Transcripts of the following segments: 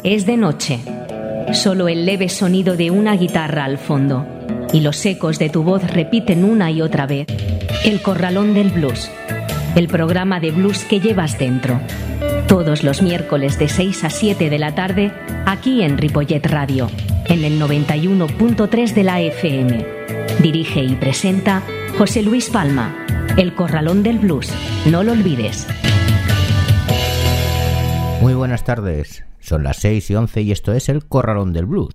Es de noche. Solo el leve sonido de una guitarra al fondo y los ecos de tu voz repiten una y otra vez. El Corralón del Blues, el programa de blues que llevas dentro. Todos los miércoles de 6 a 7 de la tarde, aquí en Ripollet Radio, en el 91.3 de la FM. Dirige y presenta José Luis Palma. El Corralón del Blues, no lo olvides. Muy buenas tardes, son las 6:11 y esto es El Corralón del Blues.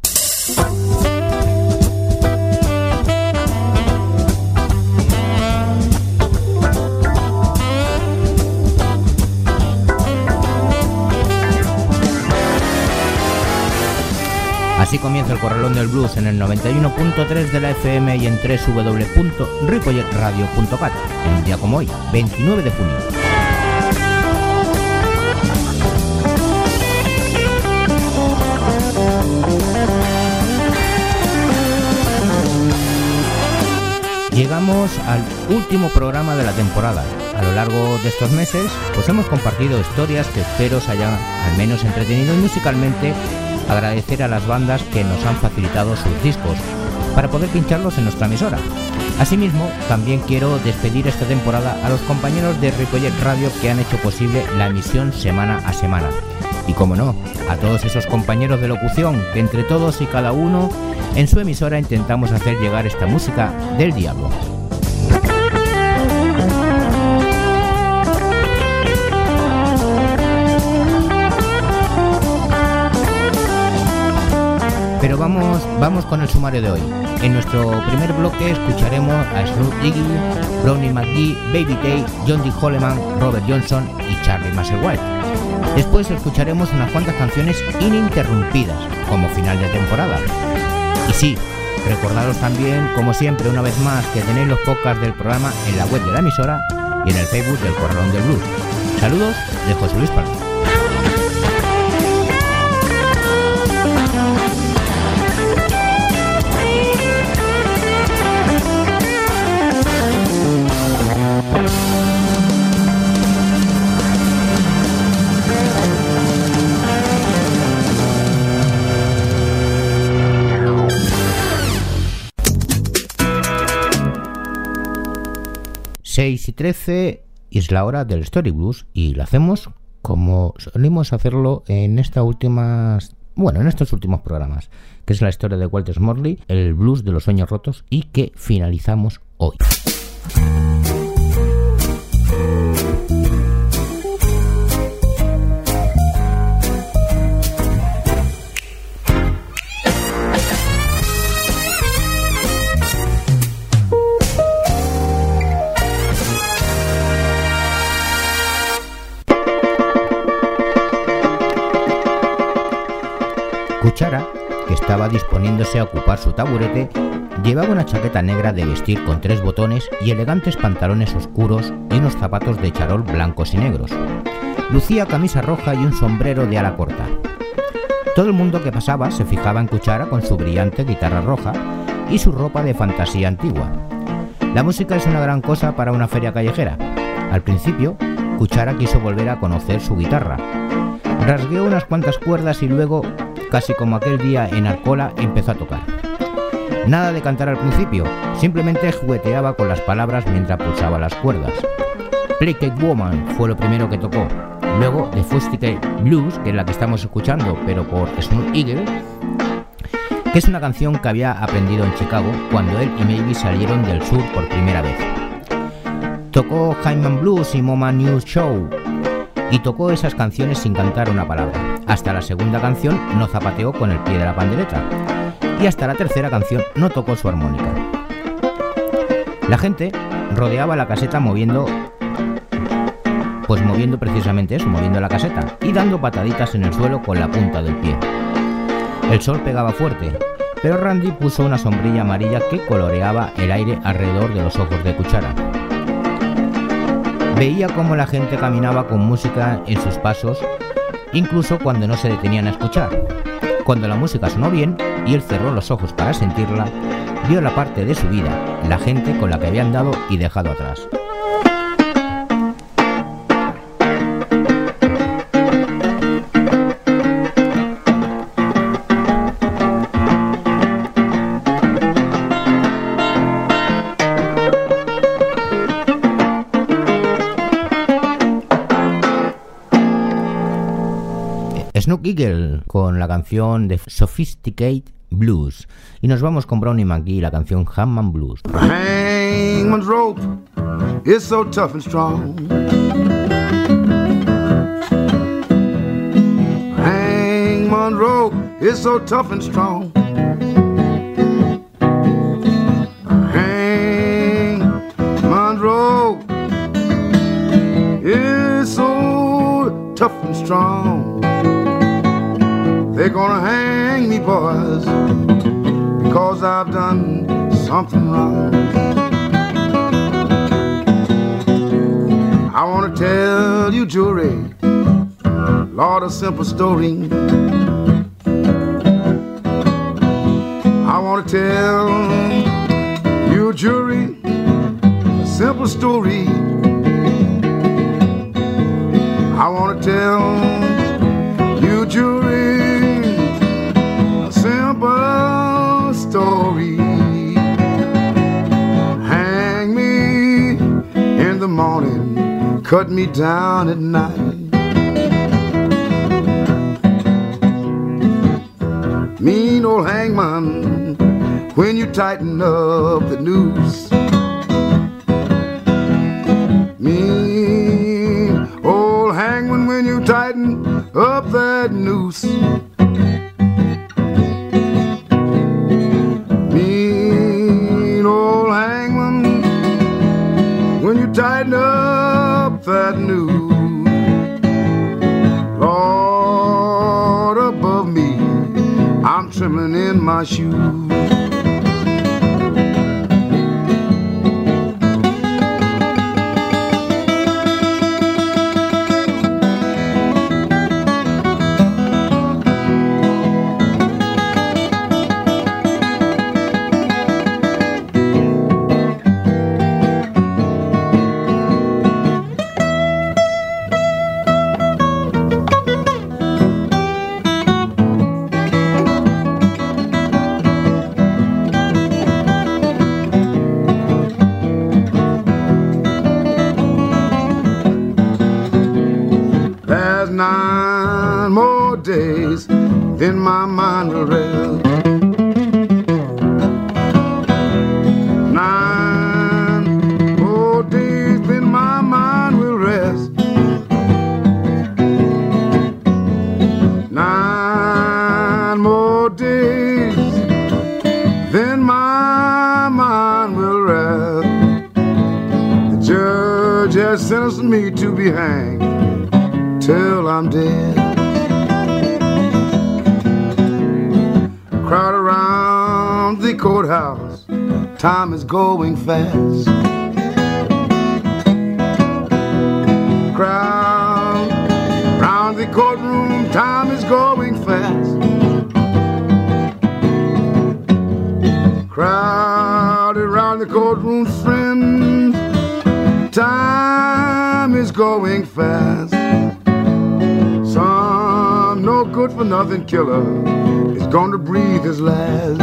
Así comienza el Corralón del Blues en el 91.3 de la FM y en www.ripolletradio.cat, en un día como hoy, 29 de junio. Llegamos al último programa de la temporada. A lo largo de estos meses, pues hemos compartido historias que espero os hayan al menos entretenido y musicalmente. Agradecer a las bandas que nos han facilitado sus discos para poder pincharlos en nuestra emisora. Asimismo, también quiero despedir esta temporada a los compañeros de Ripollet Radio que han hecho posible la emisión semana a semana. Y como no, a todos esos compañeros de locución que entre todos y cada uno en su emisora intentamos hacer llegar esta música del diablo. Pero vamos con el sumario de hoy. En nuestro primer bloque escucharemos a Snoop Eagle, Brownie McGee, Baby Tay, John D. Coleman, Robert Johnson y Charlie Musselwhite. Después escucharemos unas cuantas canciones ininterrumpidas, como final de temporada. Y sí, recordaros también, como siempre, una vez más, que tenéis los podcasts del programa en la web de la emisora y en el Facebook del Corralón del Blues. Saludos de José Luis Palma. Y 13 y es la hora del Story Blues y lo hacemos como solimos hacerlo en estos últimos programas, que es la historia de Walter Smalley, el blues de los sueños rotos y que finalizamos hoy. Cuchara, que estaba disponiéndose a ocupar su taburete, llevaba una chaqueta negra de vestir con 3 botones y elegantes pantalones oscuros y unos zapatos de charol blancos y negros. Lucía camisa roja y un sombrero de ala corta. Todo el mundo que pasaba se fijaba en Cuchara con su brillante guitarra roja y su ropa de fantasía antigua. La música es una gran cosa para una feria callejera. Al principio, Cuchara quiso volver a conocer su guitarra. Rasgueó unas cuantas cuerdas y luego, casi como aquel día en Arcola, empezó a tocar. Nada de cantar al principio, simplemente jugueteaba con las palabras mientras pulsaba las cuerdas. Play Cake Woman fue lo primero que tocó. Luego The Fusty Blues, que es la que estamos escuchando, pero por Snoop Eagle, que es una canción que había aprendido en Chicago cuando él y Maybe salieron del sur por primera vez. Tocó Hyman Blues y Mama News Show, y tocó esas canciones sin cantar una palabra. Hasta la segunda canción no zapateó con el pie de la pandereta y hasta la tercera canción no tocó su armónica. La gente rodeaba la caseta moviendo precisamente eso, moviendo la caseta y dando pataditas en el suelo con la punta del pie. El sol pegaba fuerte, pero Randy puso una sombrilla amarilla que coloreaba el aire alrededor de los ojos de Cuchara. Veía cómo la gente caminaba con música en sus pasos, incluso cuando no se detenían a escuchar. Cuando la música sonó bien y él cerró los ojos para sentirla, vio la parte de su vida, la gente con la que había andado y dejado atrás. Snook Eagle con la canción de Sophisticate Blues. Y nos vamos con Brownie McGhee y la canción Hangman Blues. Hangman's rope is so tough and strong. Hangman's rope is so tough and strong. Hangman's rope is so tough and strong. They're gonna hang me, boys, because I've done something wrong. I wanna tell you, jury, Lord, a simple story. I wanna tell you, jury, a simple story. I wanna tell you, jury, simple story. Hang me in the morning, cut me down at night. Mean old hangman, when you tighten up the noose. Mean old hangman, when you tighten up that noose. Tighten up that noose. Lord, above me, I'm trembling in my shoes. Days, then my mind will rest. 9 more days, then my mind will rest. 9 more days, then my mind will rest. The judge has sentenced me to be hanged till I'm dead. Crowd around the courthouse, time is going fast. Crowd around the courtroom, time is going fast. Crowd around the courtroom, friends, time is going fast. Some no good for nothing killer is gonna breathe his last.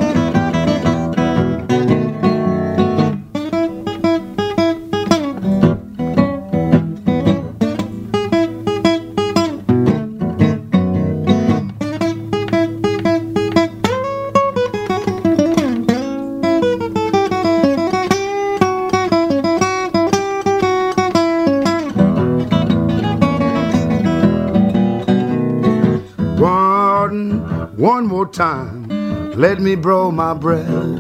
One more time, let me blow my breath.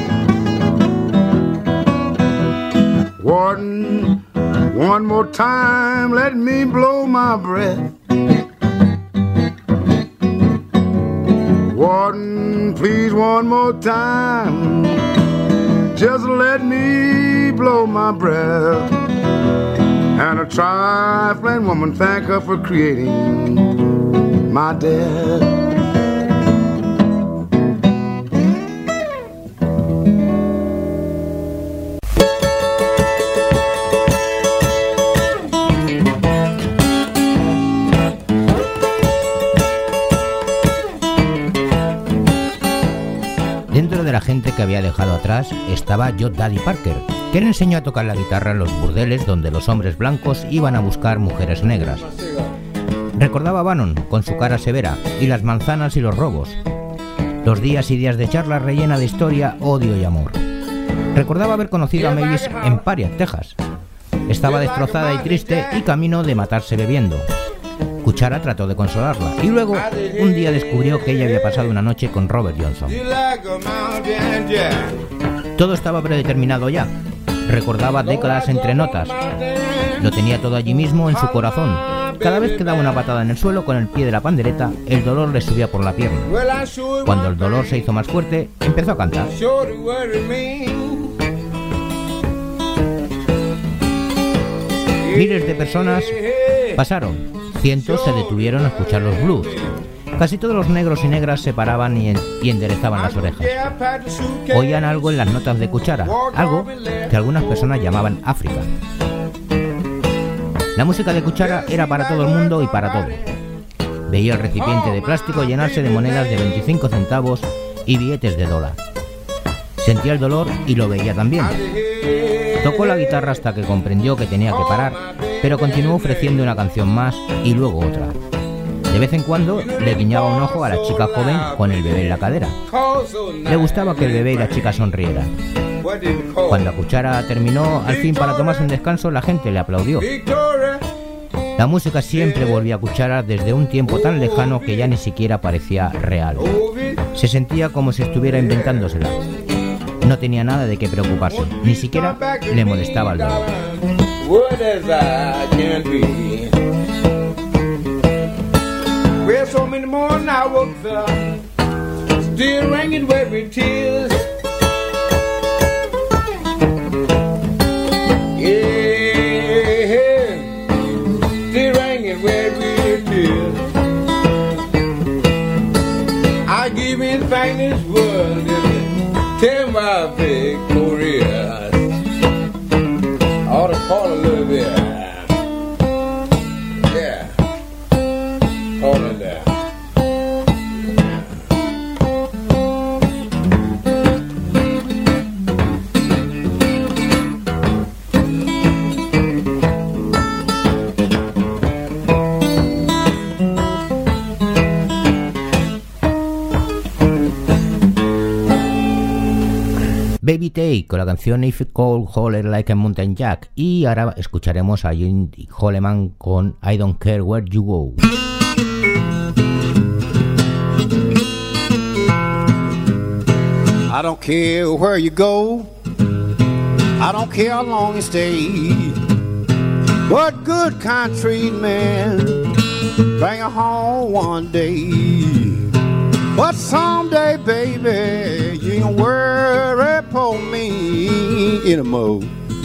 Warden, one more time, let me blow my breath. Warden, please one more time, just let me blow my breath. And a trifling woman, thank her for creating my death. Dentro de la gente que había dejado atrás estaba Joe Daddy Parker, que le enseñó a tocar la guitarra en los burdeles donde los hombres blancos iban a buscar mujeres negras. Recordaba a Bannon con su cara severa y las manzanas y los robos. Los días y días de charla rellena de historia, odio y amor. Recordaba haber conocido a Mavis en Paria, Texas. Estaba destrozada y triste y camino de matarse bebiendo. Cuchara trató de consolarla y luego un día descubrió que ella había pasado una noche con Robert Johnson. Todo estaba predeterminado ya. Recordaba décadas entre notas. Lo tenía todo allí mismo en su corazón. Cada vez que daba una patada en el suelo con el pie de la pandereta, el dolor le subía por la pierna. Cuando el dolor se hizo más fuerte, empezó a cantar. Miles de personas pasaron. Cientos se detuvieron a escuchar los blues. Casi todos los negros y negras se paraban y enderezaban las orejas. Oían algo en las notas de Cuchara, algo que algunas personas llamaban África. La música de Cuchara era para todo el mundo y para todo. Veía el recipiente de plástico llenarse de monedas de 25 centavos y billetes de $1. Sentía el dolor y lo veía también. Tocó la guitarra hasta que comprendió que tenía que parar, pero continuó ofreciendo una canción más y luego otra. De vez en cuando le guiñaba un ojo a la chica joven con el bebé en la cadera. Le gustaba que el bebé y la chica sonrieran. Cuando la Cuchara terminó al fin para tomarse un descanso, la gente le aplaudió. La música siempre volvía a Cuchara desde un tiempo tan lejano que ya ni siquiera parecía real. Se sentía como si estuviera inventándosela. No tenía nada de qué preocuparse, ni siquiera le molestaba el dolor. Tell my Victoria, I ought to call a little bit. Yeah, call it there. Baby Take con la canción If It Cold Holler Like a Mountain Jack, y ahora escucharemos a Jim Holleman con I Don't Care Where You Go. I don't care where you go, I don't care how long you stay, what good kind treatment bring you home one day. But someday, baby, you ain't gonna worry for me anymore.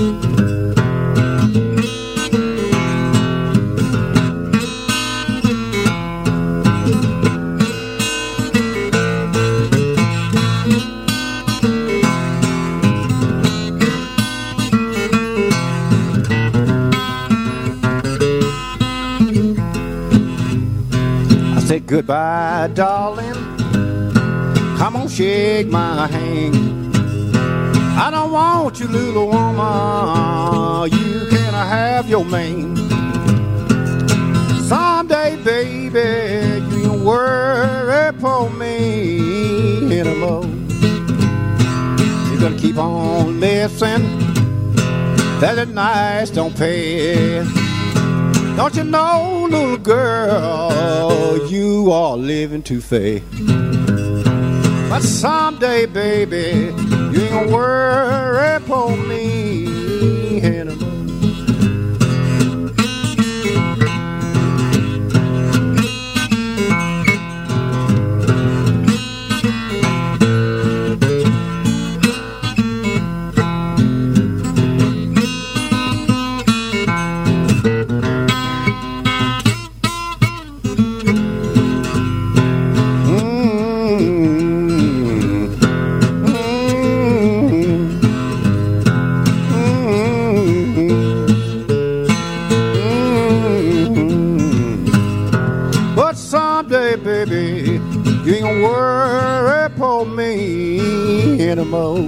I said goodbye, darling. Come on, shake my hand. I don't want you, little woman. You can't have your man. Someday, baby, you ain't worry for me anymore. You're gonna keep on messing. That nights don't pay. Don't you know, little girl, you are living too fast. But someday, baby, you ain't gonna worry for me anymore. Baby, you ain't gonna worry for me anymore.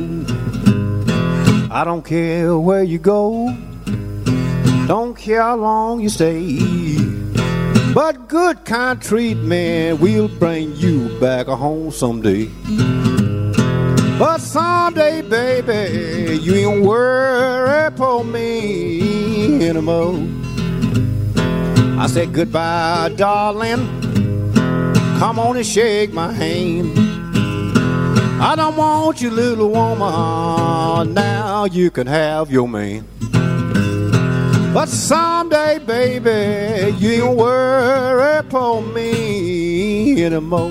I don't care where you go, don't care how long you stay, But good kind treatment will bring you back home someday. But someday, baby, you ain't worry for me anymore. I said goodbye, darling. Come on and shake my hand. I don't want you, little woman. Now you can have your man. But someday, baby, you ain't worry for me anymore.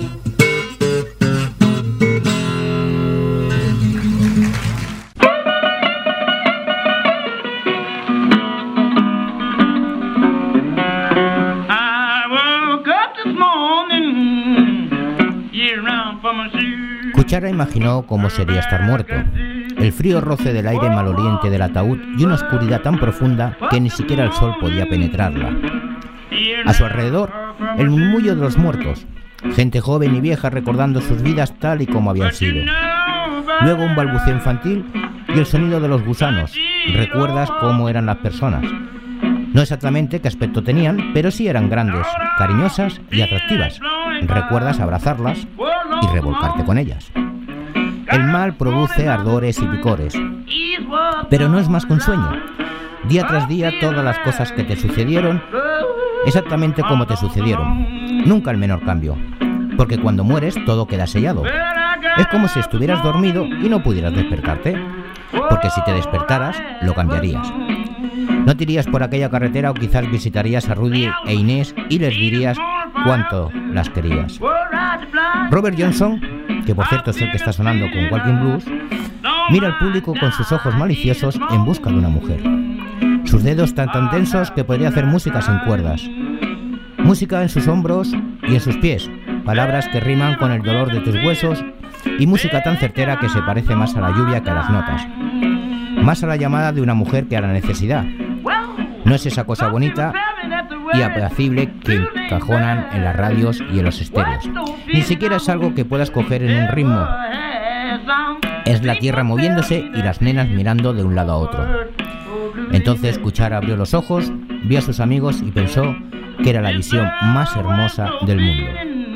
Cuchara imaginó cómo sería estar muerto. El frío roce del aire maloliente del ataúd y una oscuridad tan profunda que ni siquiera el sol podía penetrarla. A su alrededor, el murmullo de los muertos, gente joven y vieja recordando sus vidas tal y como habían sido. Luego un balbuceo infantil y el sonido de los gusanos. Recuerdas cómo eran las personas. No exactamente qué aspecto tenían, pero sí eran grandes, cariñosas y atractivas. Recuerdas abrazarlas y revolcarte con ellas. El mal produce ardores y picores, pero no es más que un sueño. Día tras día todas las cosas que te sucedieron, exactamente como te sucedieron. Nunca el menor cambio, porque cuando mueres todo queda sellado. Es como si estuvieras dormido y no pudieras despertarte, porque si te despertaras, lo cambiarías. No te irías por aquella carretera o quizás visitarías a Rudy e Inés y les dirías cuánto las querías. Robert Johnson, que por cierto es el que está sonando con Walking Blues, mira al público con sus ojos maliciosos en busca de una mujer. Sus dedos están tan tensos que podría hacer música sin cuerdas. Música en sus hombros y en sus pies, palabras que riman con el dolor de tus huesos y música tan certera que se parece más a la lluvia que a las notas. Más a la llamada de una mujer que a la necesidad. No es esa cosa bonita y apacible que encajonan en las radios y en los estéreos. Ni siquiera es algo que puedas coger en un ritmo. Es la tierra moviéndose y las nenas mirando de un lado a otro. Entonces Cuchara abrió los ojos, vio a sus amigos y pensó que era la visión más hermosa del mundo.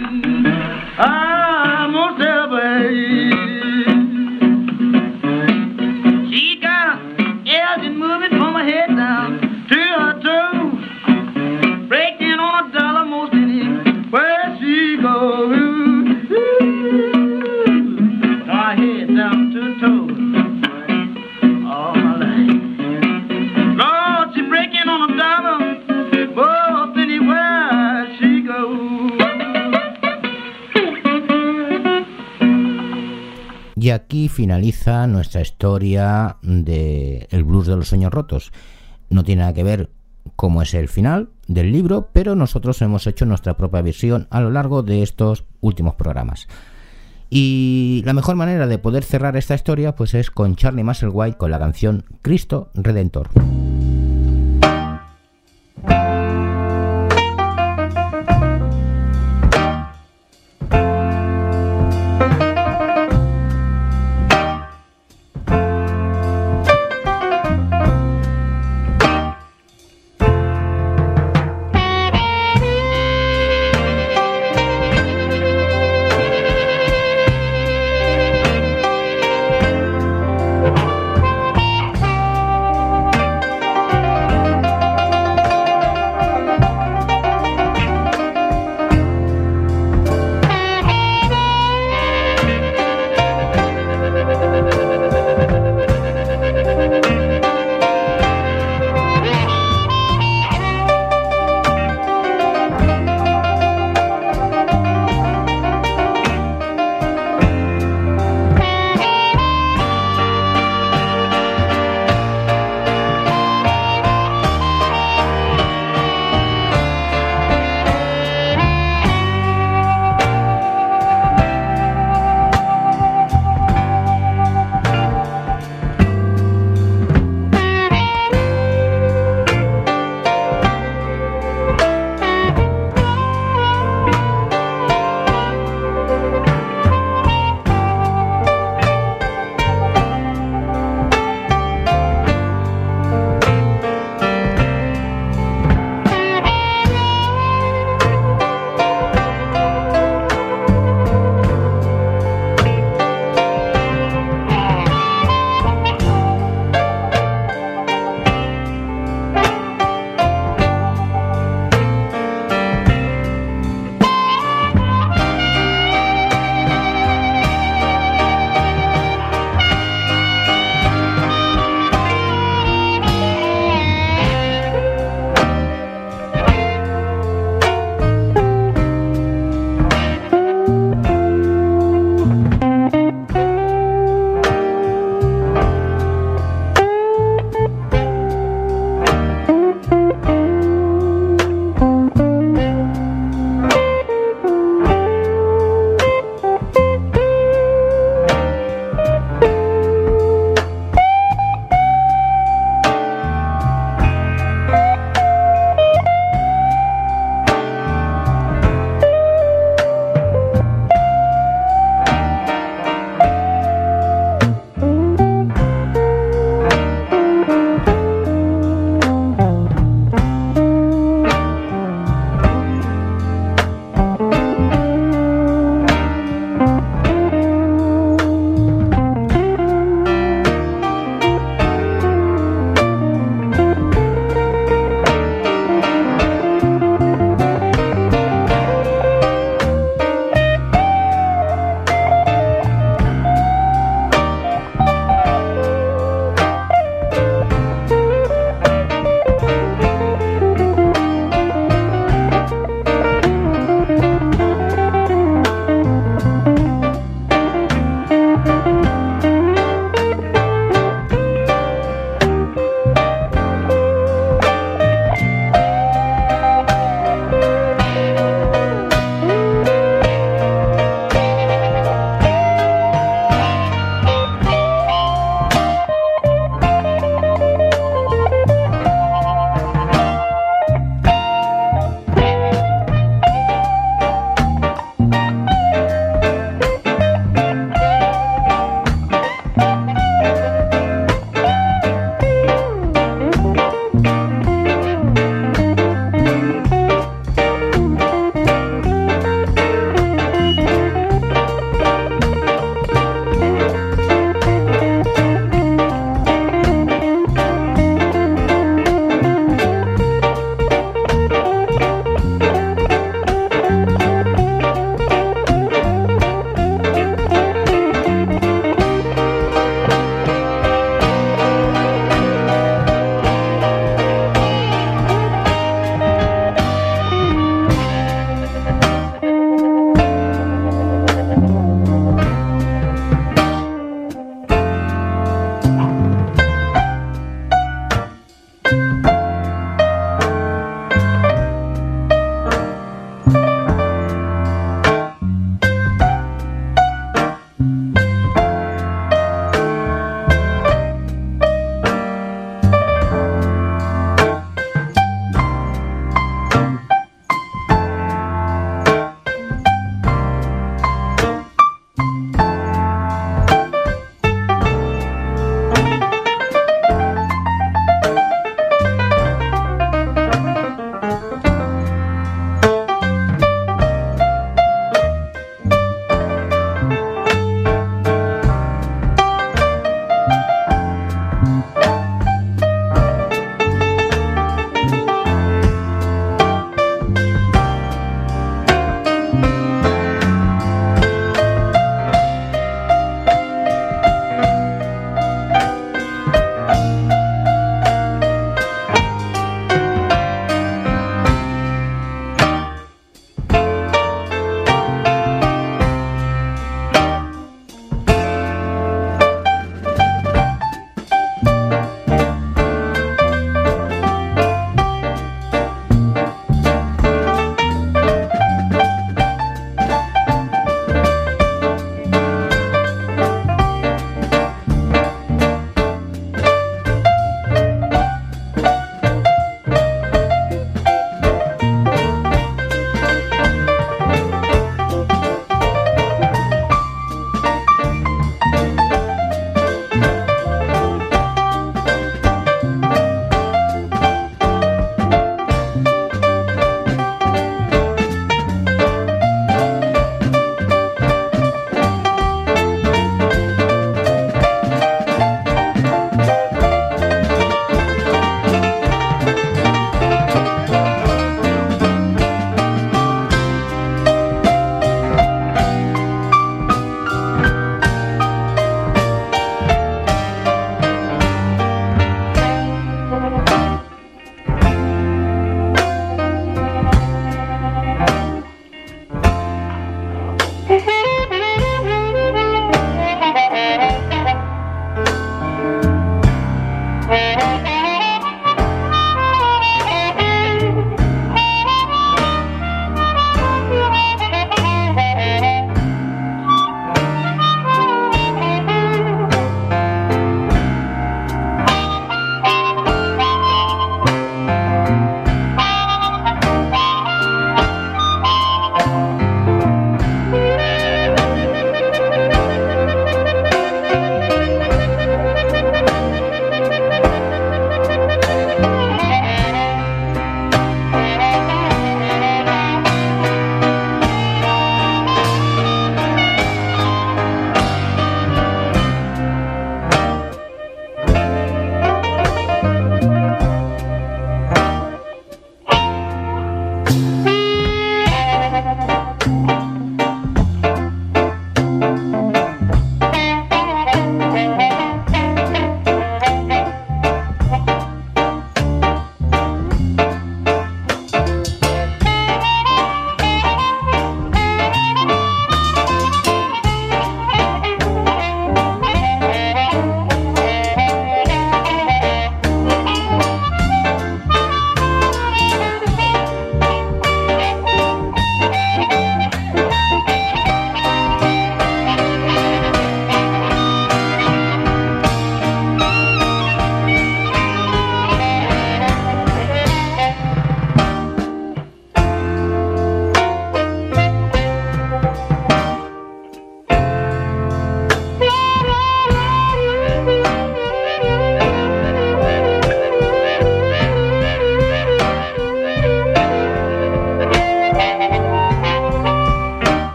Y aquí finaliza nuestra historia de El blues de los sueños rotos. No tiene nada que ver cómo es el final del libro, pero nosotros hemos hecho nuestra propia versión a lo largo de estos últimos programas. Y la mejor manera de poder cerrar esta historia pues es con Charlie Musselwhite con la canción Cristo Redentor.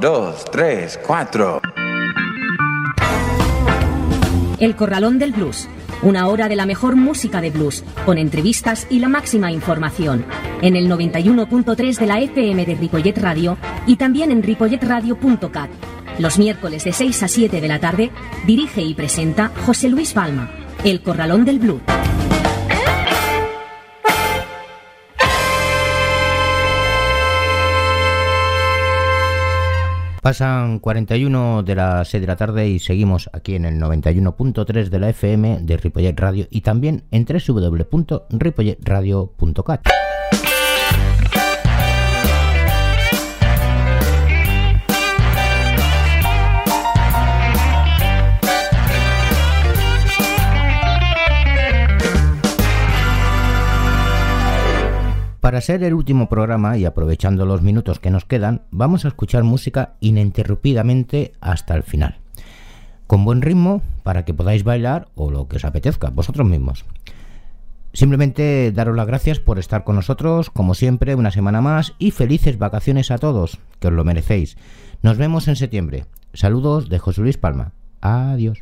2, 3, 4. El Corralón del Blues. Una hora de la mejor música de blues, con entrevistas y la máxima información. En el 91.3 de la FM de Ripollet Radio y también en ripolletradio.cat. Los miércoles de 6 a 7 de la tarde, dirige y presenta José Luis Palma. El Corralón del Blues. Pasan 41 de las 6 de la tarde y seguimos aquí en el 91.3 de la FM de Ripollet Radio y también en www.ripolletradio.cat. Para ser el último programa y aprovechando los minutos que nos quedan, vamos a escuchar música ininterrumpidamente hasta el final, con buen ritmo para que podáis bailar o lo que os apetezca, vosotros mismos. Simplemente daros las gracias por estar con nosotros, como siempre, una semana más, y felices vacaciones a todos, que os lo merecéis. Nos vemos en septiembre. Saludos de José Luis Palma. Adiós.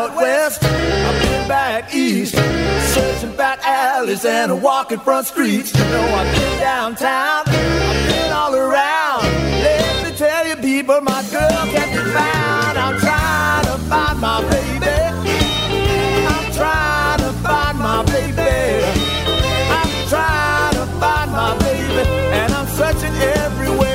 out west, I've been back east, searching back alleys and walking front streets. You know, I've been downtown, I've been all around. Let me tell you, people, my girl can't be found. I'm trying to find my baby. I'm trying to find my baby. I'm trying to find my baby, and I'm searching everywhere.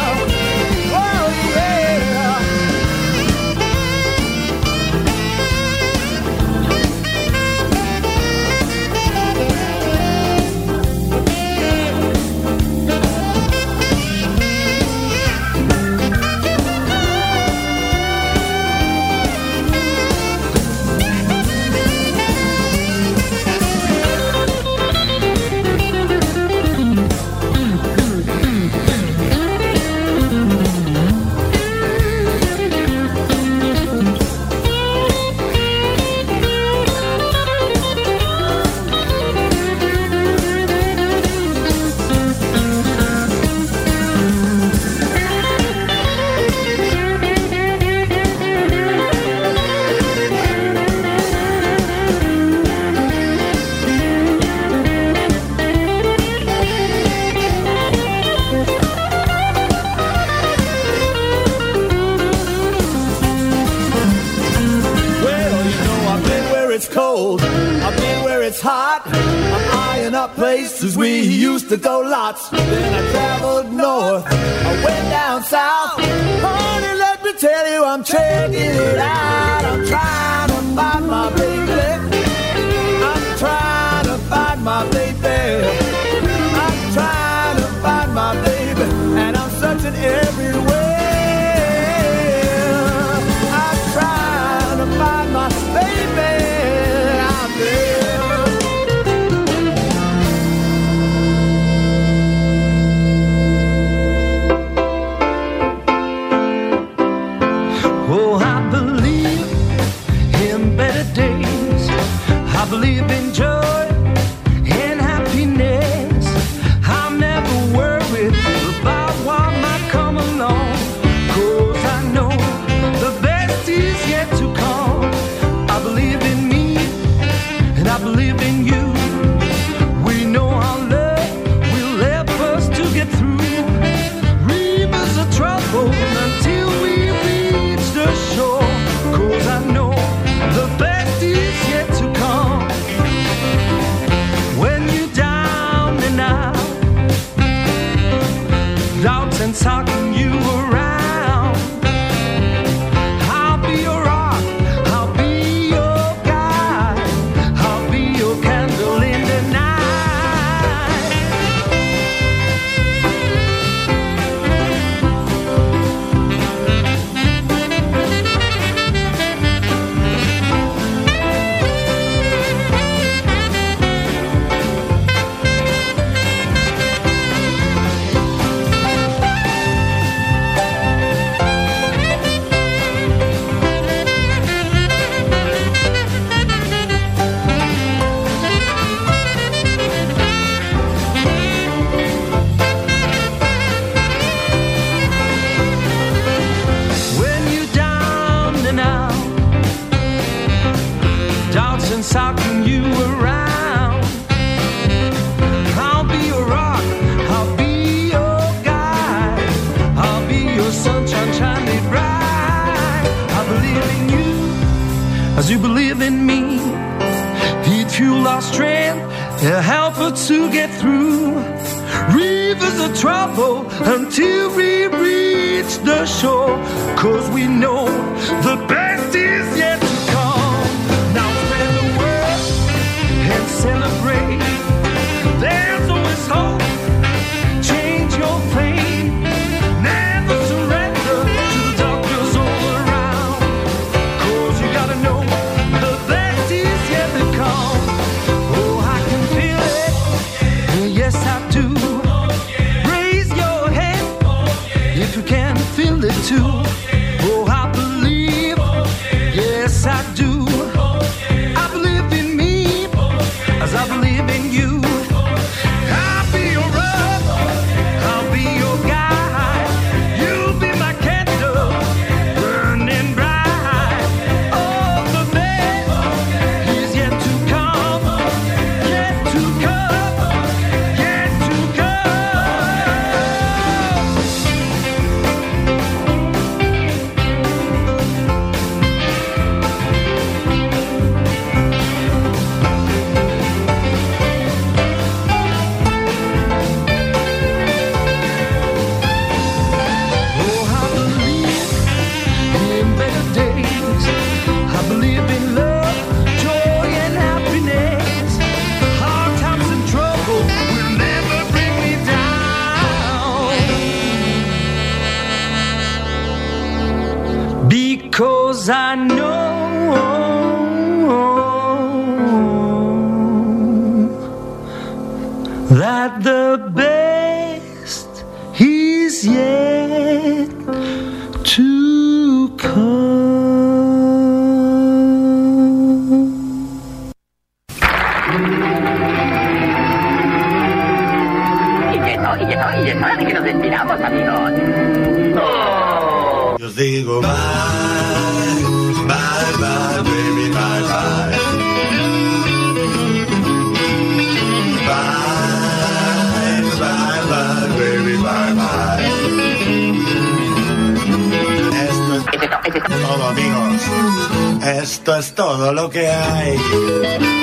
Places we used to go lots. Then I traveled north, I went down south. Honey, let me tell you, I'm checking it out. I'm trying to find my baby. I'm trying to find my baby. I'm trying to find my baby, and I'm searching everywhere. I'm trying to find my baby out there. I believe in joy and happiness. I'm never worried about what might come along, 'cause I know the best is yet to come. I believe in me and I believe in you. We know our love will help us to get through rivers of trouble until we reach the shore, 'cause I know the best is yet to come. When you're down and out, doubts and talking you around, I'll be your rock, I'll be your guide, I'll be your candle in the night. Talking you around, I'll be your rock, I'll be your guide, I'll be your sunshine shining bright. I believe in you as you believe in me. He'd fuel our strength, he'll help us to get through rivers of trouble until we reach the shore, 'cause we know the best is yet to come. Now spread the word and celebrate. There's always hope. Change your fate. Never surrender to the darkness all around, 'cause you gotta know the best is yet to come. Oh, I can feel it. Yes, I do. Raise your head if you can feel it too. Oh, I believe 'cause I know that the best is yet to come. Y es hora de que nos despidamos, amigos. Yo os digo bye, bye, bye, baby, bye, bye. Bye, bye, bye, baby, bye, bye. Esto es todo, amigos. Esto es todo lo que hay.